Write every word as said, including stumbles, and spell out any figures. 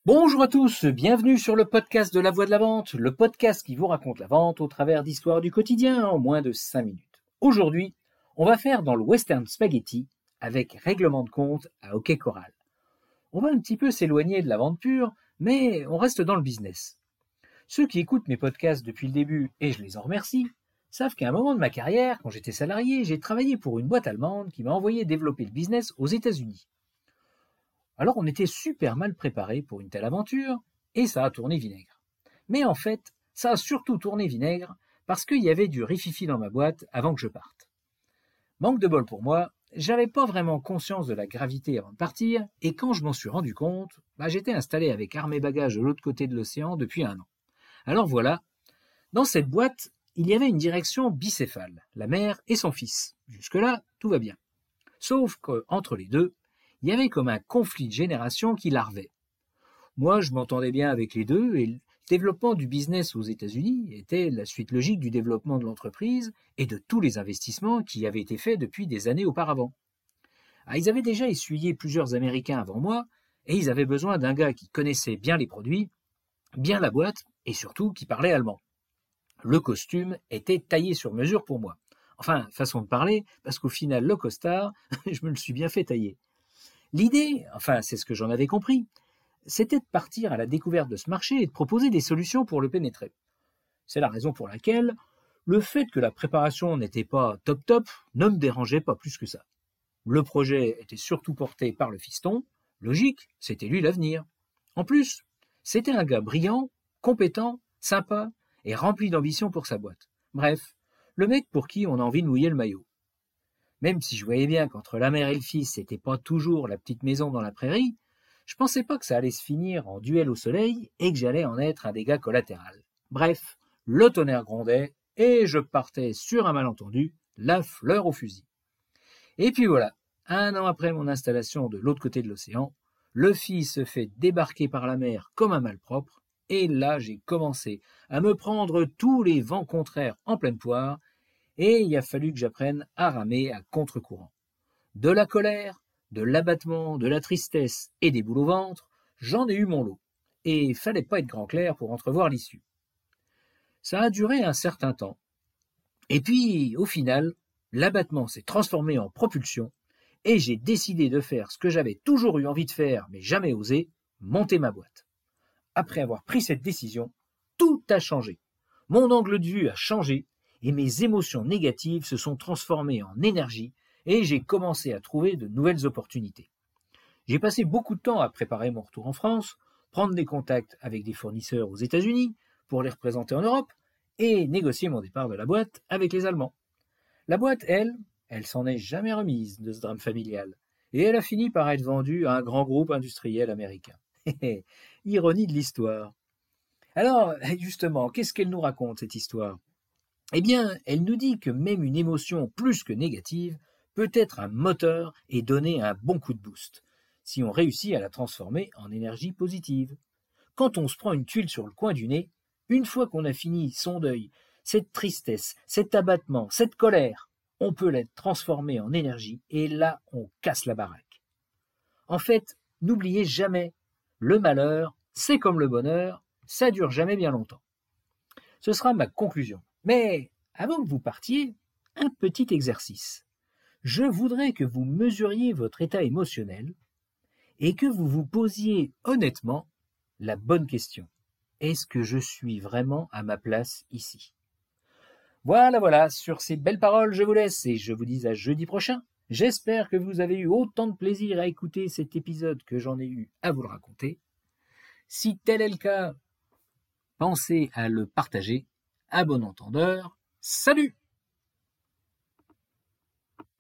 Bonjour à tous, bienvenue sur le podcast de la Voix de la Vente, le podcast qui vous raconte la vente au travers d'histoires du quotidien en moins de cinq minutes. Aujourd'hui, on va faire dans le western spaghetti avec règlement de compte à hockey choral. On va un petit peu s'éloigner de la vente pure, mais on reste dans le business. Ceux qui écoutent mes podcasts depuis le début, et je les en remercie, savent qu'à un moment de ma carrière, quand j'étais salarié, j'ai travaillé pour une boîte allemande qui m'a envoyé développer le business aux États-Unis. Alors on était super mal préparé pour une telle aventure, et ça a tourné vinaigre. Mais en fait, ça a surtout tourné vinaigre parce qu'il y avait du rififi dans ma boîte avant que je parte. Manque de bol pour moi, j'avais pas vraiment conscience de la gravité avant de partir, et quand je m'en suis rendu compte, bah j'étais installé avec armes et bagages de l'autre côté de l'océan depuis un an. Alors voilà, dans cette boîte, il y avait une direction bicéphale, la mère et son fils. Jusque-là, tout va bien. Sauf qu'entre les deux, il y avait comme un conflit de génération qui larvait. Moi, je m'entendais bien avec les deux et le développement du business aux États-Unis était la suite logique du développement de l'entreprise et de tous les investissements qui avaient été faits depuis des années auparavant. Ah, ils avaient déjà essuyé plusieurs Américains avant moi et ils avaient besoin d'un gars qui connaissait bien les produits, bien la boîte et surtout qui parlait allemand. Le costume était taillé sur mesure pour moi. Enfin, façon de parler, parce qu'au final, le costard, je me le suis bien fait tailler. L'idée, enfin c'est ce que j'en avais compris, c'était de partir à la découverte de ce marché et de proposer des solutions pour le pénétrer. C'est la raison pour laquelle le fait que la préparation n'était pas top top ne me dérangeait pas plus que ça. Le projet était surtout porté par le fiston, logique, c'était lui l'avenir. En plus, c'était un gars brillant, compétent, sympa et rempli d'ambition pour sa boîte. Bref, le mec pour qui on a envie de mouiller le maillot. Même si je voyais bien qu'entre la mère et le fils, c'était pas toujours la petite maison dans la prairie, je pensais pas que ça allait se finir en duel au soleil et que j'allais en être un dégât collatéral. Bref, le tonnerre grondait et je partais sur un malentendu, la fleur au fusil. Et puis voilà, un an après mon installation de l'autre côté de l'océan, le fils se fait débarquer par la mer comme un malpropre et là j'ai commencé à me prendre tous les vents contraires en pleine poire. Et il a fallu que j'apprenne à ramer à contre-courant. De la colère, de l'abattement, de la tristesse et des boules au ventre, j'en ai eu mon lot. Et il fallait pas être grand clair pour entrevoir l'issue. Ça a duré un certain temps. Et puis, au final, l'abattement s'est transformé en propulsion et j'ai décidé de faire ce que j'avais toujours eu envie de faire mais jamais osé, monter ma boîte. Après avoir pris cette décision, tout a changé. Mon angle de vue a changé et mes émotions négatives se sont transformées en énergie et j'ai commencé à trouver de nouvelles opportunités. J'ai passé beaucoup de temps à préparer mon retour en France, prendre des contacts avec des fournisseurs aux États-Unis pour les représenter en Europe et négocier mon départ de la boîte avec les Allemands. La boîte, elle, elle s'en est jamais remise de ce drame familial et elle a fini par être vendue à un grand groupe industriel américain. Ironie de l'histoire. Alors, justement, qu'est-ce qu'elle nous raconte cette histoire ? Eh bien, elle nous dit que même une émotion plus que négative peut être un moteur et donner un bon coup de boost, si on réussit à la transformer en énergie positive. Quand on se prend une tuile sur le coin du nez, une fois qu'on a fini son deuil, cette tristesse, cet abattement, cette colère, on peut la transformer en énergie et là, on casse la baraque. En fait, n'oubliez jamais, le malheur, c'est comme le bonheur, ça dure jamais bien longtemps. Ce sera ma conclusion. Mais avant que vous partiez, un petit exercice. Je voudrais que vous mesuriez votre état émotionnel et que vous vous posiez honnêtement la bonne question. Est-ce que je suis vraiment à ma place ici ? Voilà, voilà, sur ces belles paroles, je vous laisse et je vous dis à jeudi prochain. J'espère que vous avez eu autant de plaisir à écouter cet épisode que j'en ai eu à vous le raconter. Si tel est le cas, pensez à le partager. À bon entendeur, salut!